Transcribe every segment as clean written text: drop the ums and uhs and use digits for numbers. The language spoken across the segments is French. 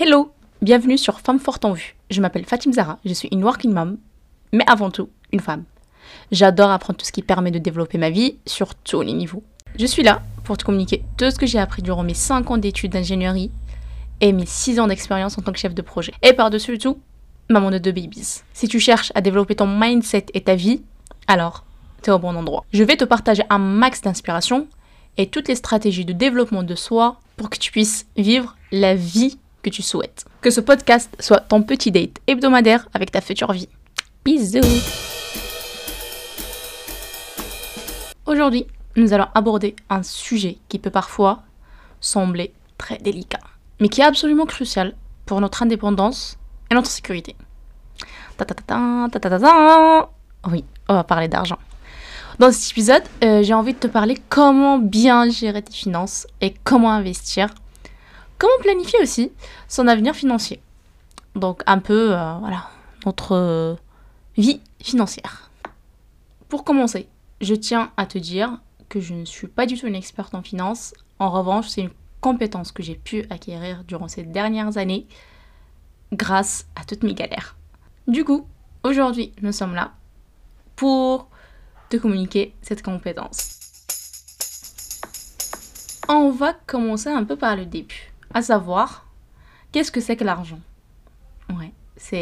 Hello, bienvenue sur Femme Forte en Vue. Je m'appelle Fatim Zahra, je suis une working mom, mais avant tout, une femme. J'adore apprendre tout ce qui permet de développer ma vie sur tous les niveaux. Je suis là pour te communiquer tout ce que j'ai appris durant mes 5 ans d'études d'ingénierie et mes 6 ans d'expérience en tant que chef de projet. Et par-dessus tout, maman de 2 babies. Si tu cherches à développer ton mindset et ta vie, alors t'es au bon endroit. Je vais te partager un max d'inspiration et toutes les stratégies de développement de soi pour que tu puisses vivre la vie que tu souhaites. Que ce podcast soit ton petit date hebdomadaire avec ta future vie. Bisous. Aujourd'hui, nous allons aborder un sujet qui peut parfois sembler très délicat, mais qui est absolument crucial pour notre indépendance et notre sécurité. Oui, on va parler d'argent. Dans cet épisode, j'ai envie de te parler comment bien gérer tes finances et comment investir. Comment planifier aussi son avenir financier. Donc un peu, notre vie financière. Pour commencer, je tiens à te dire que je ne suis pas du tout une experte en finance. En revanche, c'est une compétence que j'ai pu acquérir durant ces dernières années grâce à toutes mes galères. Du coup, aujourd'hui, nous sommes là pour te communiquer cette compétence. On va commencer un peu par le début. À savoir, qu'est-ce que c'est que l'argent ? Ouais,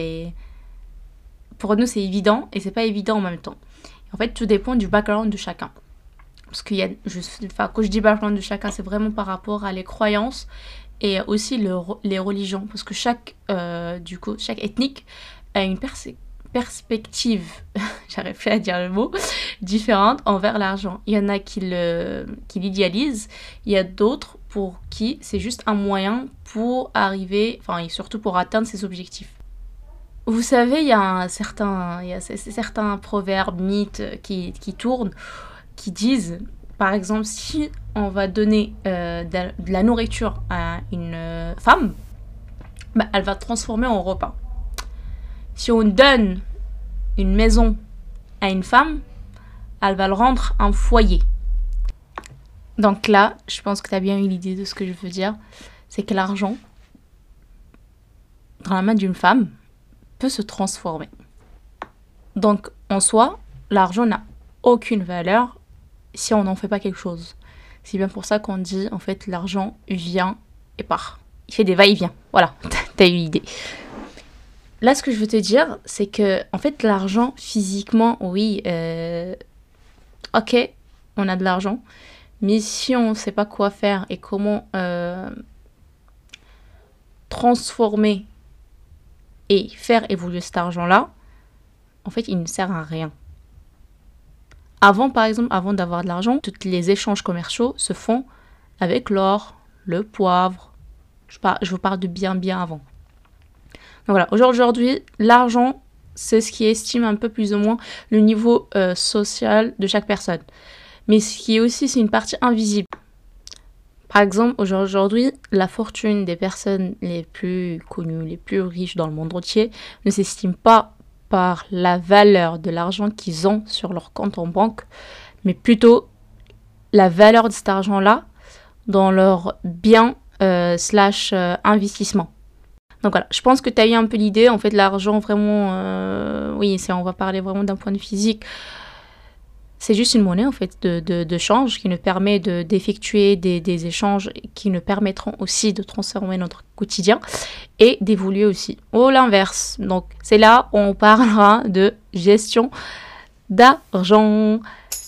pour nous, c'est évident et c'est pas évident en même temps. En fait, tout dépend du background de chacun. Parce qu'il y a, quand je dis background de chacun, c'est vraiment par rapport à les croyances et aussi les religions. Parce que chaque ethnique a une perspective, j'arrive plus à dire le mot, différente envers l'argent. Il y en a qui l'idéalisent, il y a d'autres pour qui c'est juste un moyen pour arriver, et surtout pour atteindre ses objectifs. Vous savez, il y a certains proverbes, mythes qui tournent, qui disent, par exemple, si on va donner de la nourriture à une femme, elle va transformer en repas. Si on donne une maison à une femme, elle va le rendre un foyer. Donc là, je pense que tu as bien eu l'idée de ce que je veux dire. C'est que l'argent, dans la main d'une femme, peut se transformer. Donc, en soi, l'argent n'a aucune valeur si on n'en fait pas quelque chose. C'est bien pour ça qu'on dit, en fait, l'argent vient et part. Il fait des va-et-vient. Voilà, tu as eu l'idée. Là, ce que je veux te dire, c'est que, en fait, l'argent, physiquement, oui, ok, on a de l'argent, mais si on ne sait pas quoi faire et comment transformer et faire évoluer cet argent-là, en fait, il ne sert à rien. Avant d'avoir de l'argent, tous les échanges commerciaux se font avec l'or, le poivre. Je vous parle de bien avant. Donc voilà, aujourd'hui, l'argent, c'est ce qui estime un peu plus ou moins le niveau social de chaque personne. Mais ce qui est aussi, c'est une partie invisible. Par exemple, aujourd'hui, la fortune des personnes les plus connues, les plus riches dans le monde entier, ne s'estime pas par la valeur de l'argent qu'ils ont sur leur compte en banque, mais plutôt la valeur de cet argent-là dans leur bien /investissement. Donc voilà, je pense que tu as eu un peu l'idée. En fait, l'argent, vraiment, on va parler vraiment d'un point de vue physique. C'est juste une monnaie, en fait, de change qui nous permet d'effectuer des échanges qui nous permettront aussi de transformer notre quotidien et d'évoluer aussi. Ou l'inverse. Donc, c'est là où on parlera de gestion d'argent.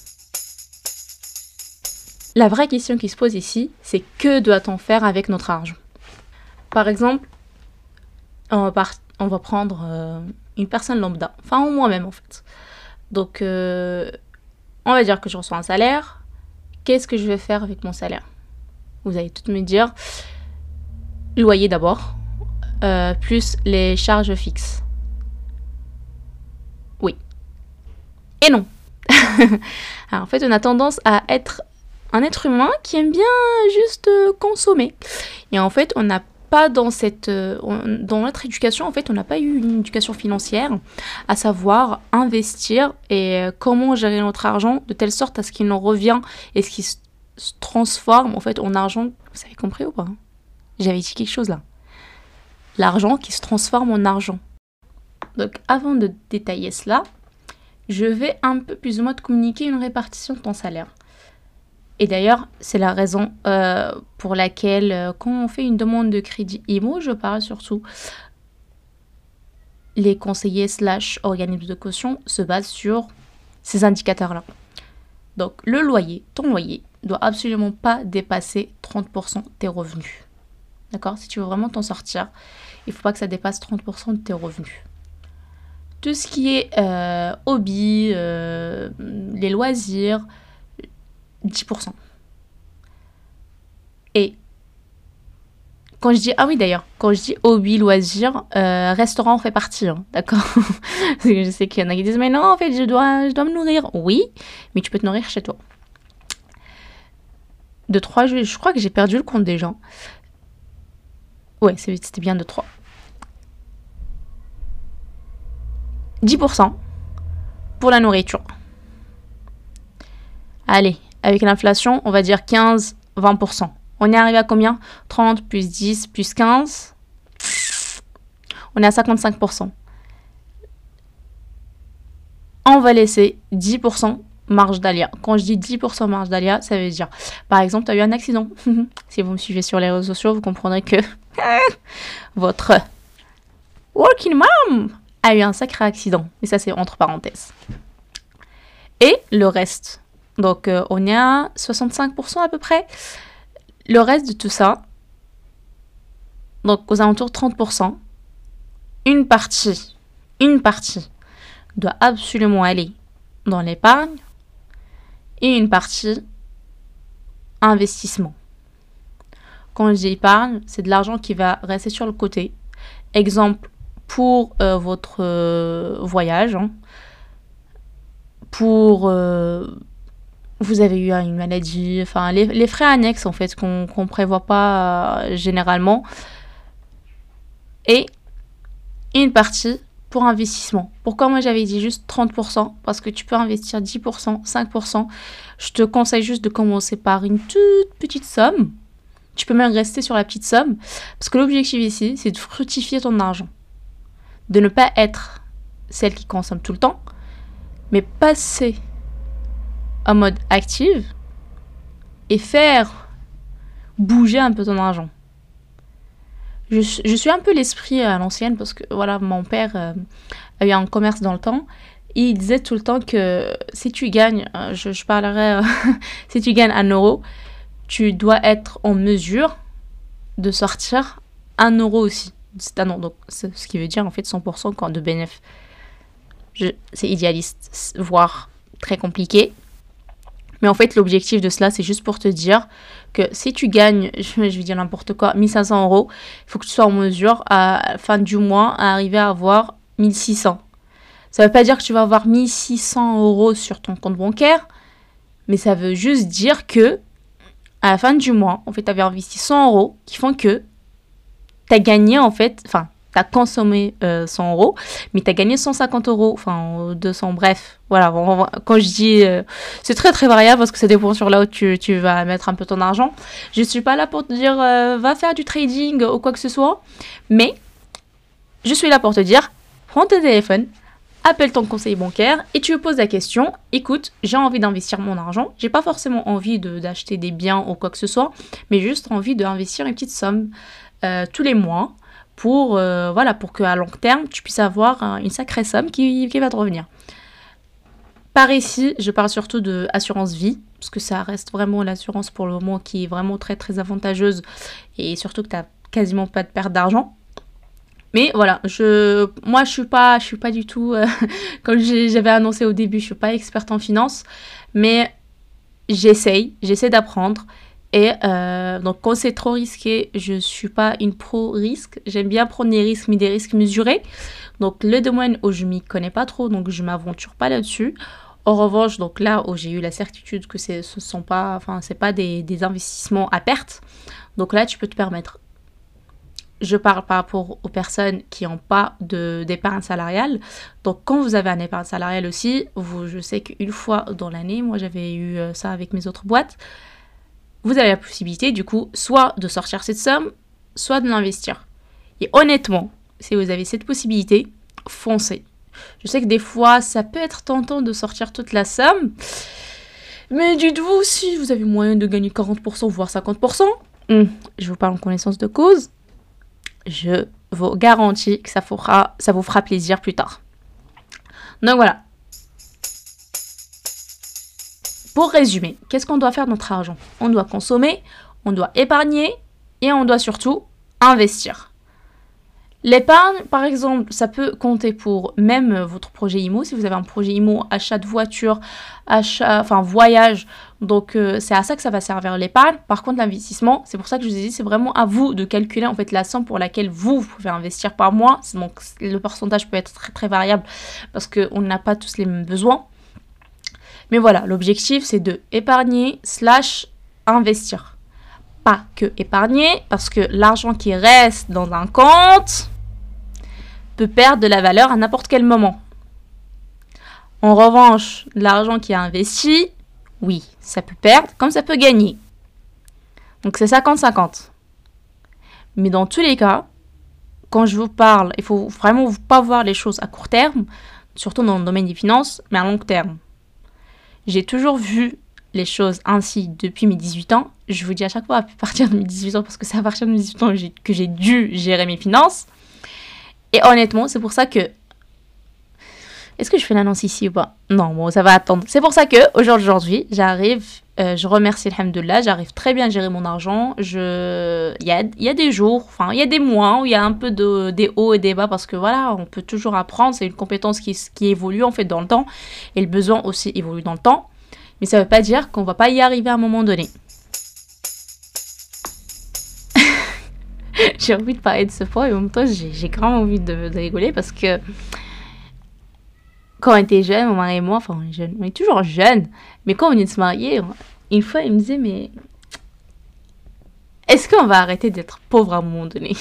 La vraie question qui se pose ici, c'est que doit-on faire avec notre argent ? Par exemple, on va prendre une personne lambda, moi-même en fait. Donc, on va dire que je reçois un salaire. Qu'est-ce que je vais faire avec mon salaire ? Vous allez toutes me dire, loyer d'abord, plus les charges fixes. Oui. Et non. Alors, en fait, on a tendance à être un être humain qui aime bien juste consommer. Et en fait, on n'a pas dans notre éducation, en fait, on n'a pas eu une éducation financière, à savoir investir et comment gérer notre argent de telle sorte à ce qu'il nous revient et ce qui se transforme en fait en argent. Vous avez compris ou pas ? J'avais dit quelque chose là. l'argent qui se transforme en argent. Donc avant de détailler cela, je vais un peu plus ou moins te communiquer une répartition de ton salaire. Et d'ailleurs, c'est la raison pour laquelle, quand on fait une demande de crédit IMO, je parle surtout, les conseillers / organismes de caution se basent sur ces indicateurs-là. Donc, le loyer, ton loyer, doit absolument pas dépasser 30% de tes revenus. D'accord? Si tu veux vraiment t'en sortir, il ne faut pas que ça dépasse 30% de tes revenus. Tout ce qui est hobby, les loisirs, 10%. Et quand je dis, ah oui d'ailleurs, quand je dis hobby, loisirs, restaurant fait partie, hein, d'accord? Parce que je sais qu'il y en a qui disent, mais non, en fait, je dois me nourrir. Oui, mais tu peux te nourrir chez toi. De 3, je crois que j'ai perdu le compte des gens. Ouais, c'était bien de 3. 10% pour la nourriture. Allez, avec l'inflation, on va dire 15-20%. On est arrivé à combien? 30 plus 10 plus 15. On est à 55%. On va laisser 10% marge d'aléa. Quand je dis 10% marge d'aléa, ça veut dire, par exemple, tu as eu un accident. Si vous me suivez sur les réseaux sociaux, vous comprendrez que votre working mom a eu un sacré accident. Et ça, c'est entre parenthèses. Et le reste. Donc, on est à 65% à peu près. Le reste de tout ça, donc aux alentours de 30%, une partie doit absolument aller dans l'épargne et une partie investissement. Quand je dis épargne, c'est de l'argent qui va rester sur le côté. Exemple, pour votre voyage, hein, pour vous avez eu une maladie, enfin les frais annexes en fait qu'on prévoit pas généralement, et une partie pour investissement. Pourquoi moi j'avais dit juste 30%? Parce que tu peux investir 10%, 5%. Je te conseille juste de commencer par une toute petite somme. Tu peux même rester sur la petite somme, parce que l'objectif ici, c'est de fructifier ton argent. De ne pas être celle qui consomme tout le temps, mais passer en mode active et faire bouger un peu ton argent. Je suis un peu l'esprit à l'ancienne, parce que voilà, mon père a eu un commerce dans le temps. Et il disait tout le temps que si tu gagnes, je parlerai, si tu gagnes 1 euro, tu dois être en mesure de sortir 1 euro aussi. C'est un an, donc c'est ce qui veut dire en fait 100% quand de bénéfice. C'est idéaliste, voire très compliqué. Mais en fait, l'objectif de cela, c'est juste pour te dire que si tu gagnes, je vais dire n'importe quoi, 1500 euros, il faut que tu sois en mesure, à la fin du mois, à arriver à avoir 1600. Ça ne veut pas dire que tu vas avoir 1600 euros sur ton compte bancaire, mais ça veut juste dire que à la fin du mois, en fait, tu avais investi 100 euros qui font que tu as gagné, en fait, enfin, tu as consommé 100 euros, mais tu as gagné 150 euros, enfin 200, bref. Voilà, quand je dis, c'est très très variable parce que ça dépend sur là où tu vas mettre un peu ton argent. Je ne suis pas là pour te dire, va faire du trading ou quoi que ce soit, mais je suis là pour te dire, prends ton téléphone, appelle ton conseiller bancaire et tu lui poses la question, écoute, j'ai envie d'investir mon argent, j'ai pas forcément envie d'acheter des biens ou quoi que ce soit, mais juste envie d'investir une petite somme tous les mois, pour qu'à long terme, tu puisses avoir une sacrée somme qui va te revenir. Par ici, je parle surtout de assurance vie, parce que ça reste vraiment l'assurance pour le moment qui est vraiment très très avantageuse, et surtout que tu n'as quasiment pas de perte d'argent. Mais voilà, moi je suis pas du tout, comme j'avais annoncé au début, je suis pas experte en finance, mais j'essaie d'apprendre. Et donc quand c'est trop risqué, je suis pas une pro-risque. J'aime bien prendre des risques, mais des risques mesurés. Donc le domaine où je m'y connais pas trop, donc je m'aventure pas là-dessus. En revanche, donc là où j'ai eu la certitude que c'est pas des investissements à perte. Donc là, tu peux te permettre. Je parle par rapport aux personnes qui n'ont pas d'épargne salariale. Donc quand vous avez un épargne salariale aussi, je sais qu'une fois dans l'année, moi j'avais eu ça avec mes autres boîtes, vous avez la possibilité, du coup, soit de sortir cette somme, soit de l'investir. Et honnêtement, si vous avez cette possibilité, foncez. Je sais que des fois, ça peut être tentant de sortir toute la somme. Mais dites-vous, si vous avez moyen de gagner 40%, voire 50%, je vous parle en connaissance de cause, je vous garantis que ça vous fera plaisir plus tard. Donc voilà. Pour résumer, qu'est-ce qu'on doit faire de notre argent? On doit consommer, on doit épargner et on doit surtout investir. L'épargne, par exemple, ça peut compter pour même votre projet IMO. Si vous avez un projet IMO, achat de voiture, voyage, donc c'est à ça que ça va servir l'épargne. Par contre, l'investissement, c'est pour ça que je vous ai dit, c'est vraiment à vous de calculer en fait la somme pour laquelle vous pouvez investir par mois. Donc le pourcentage peut être très très variable parce qu'on n'a pas tous les mêmes besoins. Mais voilà, l'objectif c'est de épargner / investir. Pas que épargner, parce que l'argent qui reste dans un compte peut perdre de la valeur à n'importe quel moment. En revanche, l'argent qui est investi, oui, ça peut perdre comme ça peut gagner. Donc c'est 50-50. Mais dans tous les cas, quand je vous parle, il faut vraiment pas voir les choses à court terme, surtout dans le domaine des finances, mais à long terme. J'ai toujours vu les choses ainsi depuis mes 18 ans. Je vous dis à chaque fois à partir de mes 18 ans, parce que c'est à partir de mes 18 ans que j'ai dû gérer mes finances. Et honnêtement, c'est pour ça que... Est-ce que je fais l'annonce ici ou pas? Non, bon, ça va attendre. C'est pour ça que aujourd'hui, j'arrive, je remercie alhamdoulilah, j'arrive très bien à gérer mon argent. Il y a des jours, il y a des mois où il y a un peu des hauts et des bas, parce que voilà, on peut toujours apprendre. C'est une compétence qui évolue en fait dans le temps. Et le besoin aussi évolue dans le temps. Mais ça ne veut pas dire qu'on ne va pas y arriver à un moment donné. J'ai envie de parler de ce point et en même temps, j'ai grave envie de rigoler parce que quand on était jeunes, mon mari et moi, on est toujours jeunes, mais quand on venait de se marier, une fois, il me disait, mais est-ce qu'on va arrêter d'être pauvre à un moment donné?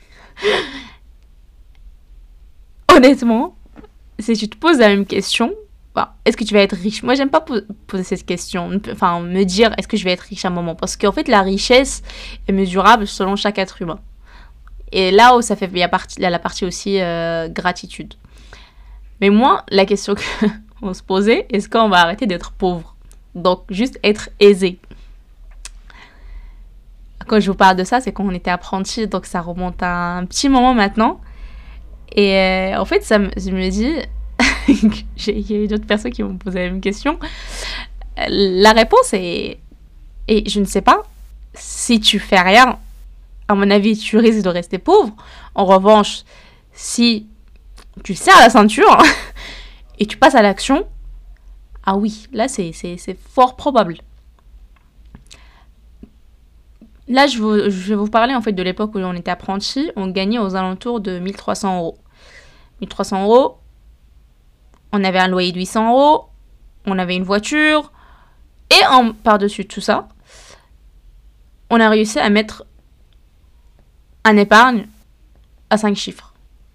Honnêtement, si tu te poses la même question, est-ce que tu vas être riche? Moi, j'aime pas poser cette question. Me dire, est-ce que je vais être riche à un moment? Parce qu'en fait, la richesse est mesurable selon chaque être humain. Et là où il y a la partie aussi gratitude. Mais moi, la question qu'on se posait, est-ce qu'on va arrêter d'être pauvre? Donc, juste être aisé. Quand je vous parle de ça, c'est quand on était apprenti, donc ça remonte à un petit moment maintenant. Et en fait, je me dis... Il y a eu d'autres personnes qui m'ont posé la même question. La réponse est... Et je ne sais pas, si tu fais rien, à mon avis, tu risques de rester pauvre. En revanche, si tu serres la ceinture et tu passes à l'action, ah oui, là, c'est fort probable. Là, je vais vous parler en fait de l'époque où on était apprenti. On gagnait aux alentours de 1300 euros. 1300 euros, on avait un loyer de 800 euros, on avait une voiture, et par-dessus tout ça, on a réussi à mettre un épargne à 5 chiffres.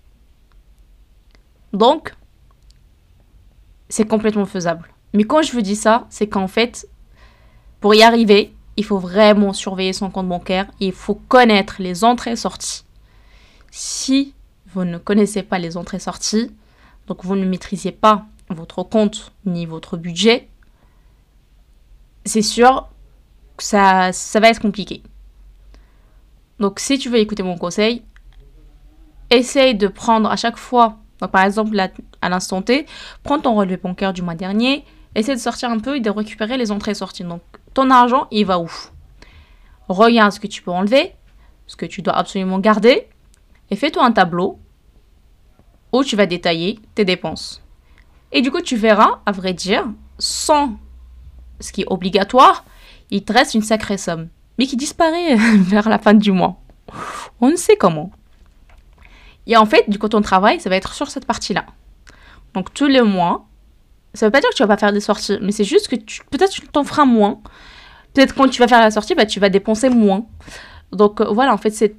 Donc, c'est complètement faisable. Mais quand je vous dis ça, c'est qu'en fait, pour y arriver, il faut vraiment surveiller son compte bancaire et il faut connaître les entrées-sorties. Si vous ne connaissez pas les entrées-sorties, donc vous ne maîtrisez pas votre compte ni votre budget, c'est sûr que ça va être compliqué. Donc si tu veux écouter mon conseil, essaye de prendre à chaque fois, donc par exemple là, à l'instant T, prends ton relevé bancaire du mois dernier, essaie de sortir un peu et de récupérer les entrées-sorties. Donc ton argent, il va où? Regarde ce que tu peux enlever, ce que tu dois absolument garder, et fais-toi un tableau où tu vas détailler tes dépenses. Et du coup, tu verras, à vrai dire, sans ce qui est obligatoire, il te reste une sacrée somme, mais qui disparaît vers la fin du mois. On ne sait comment. Et en fait, du coup, ton travail, ça va être sur cette partie-là. Donc, tous les mois, ça ne veut pas dire que tu ne vas pas faire des sorties, mais c'est juste que peut-être tu t'en feras moins. Peut-être quand tu vas faire la sortie, tu vas dépenser moins. Donc voilà, en fait, c'est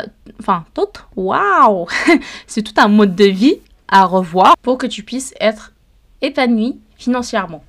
waouh c'est tout un mode de vie à revoir pour que tu puisses être épanoui financièrement.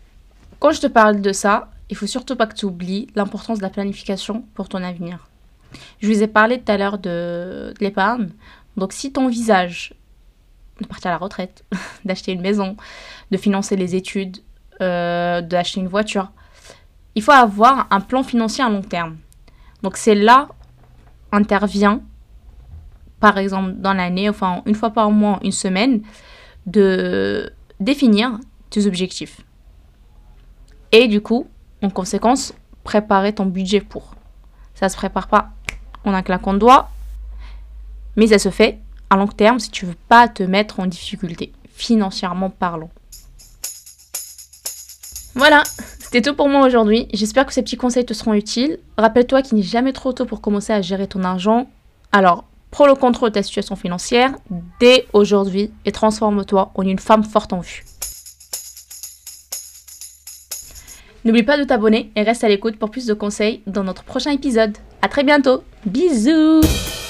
Quand je te parle de ça, il faut surtout pas que tu oublies l'importance de la planification pour ton avenir. Je vous ai parlé tout à l'heure de l'épargne. Donc si ton visage de partir à la retraite, d'acheter une maison, de financer les études, d'acheter une voiture, il faut avoir un plan financier à long terme. Donc c'est là intervient, par exemple dans l'année, enfin une fois par mois, une semaine, de définir tes objectifs. Et du coup, en conséquence, préparer ton budget pour. Ça se prépare pas en un claquant de doigts, mais ça se fait à long terme si tu veux pas te mettre en difficulté, financièrement parlant. Voilà, c'était tout pour moi aujourd'hui. J'espère que ces petits conseils te seront utiles. Rappelle-toi qu'il n'est jamais trop tôt pour commencer à gérer ton argent. Alors, prends le contrôle de ta situation financière dès aujourd'hui et transforme-toi en une femme forte en vue. N'oublie pas de t'abonner et reste à l'écoute pour plus de conseils dans notre prochain épisode. À très bientôt. Bisous!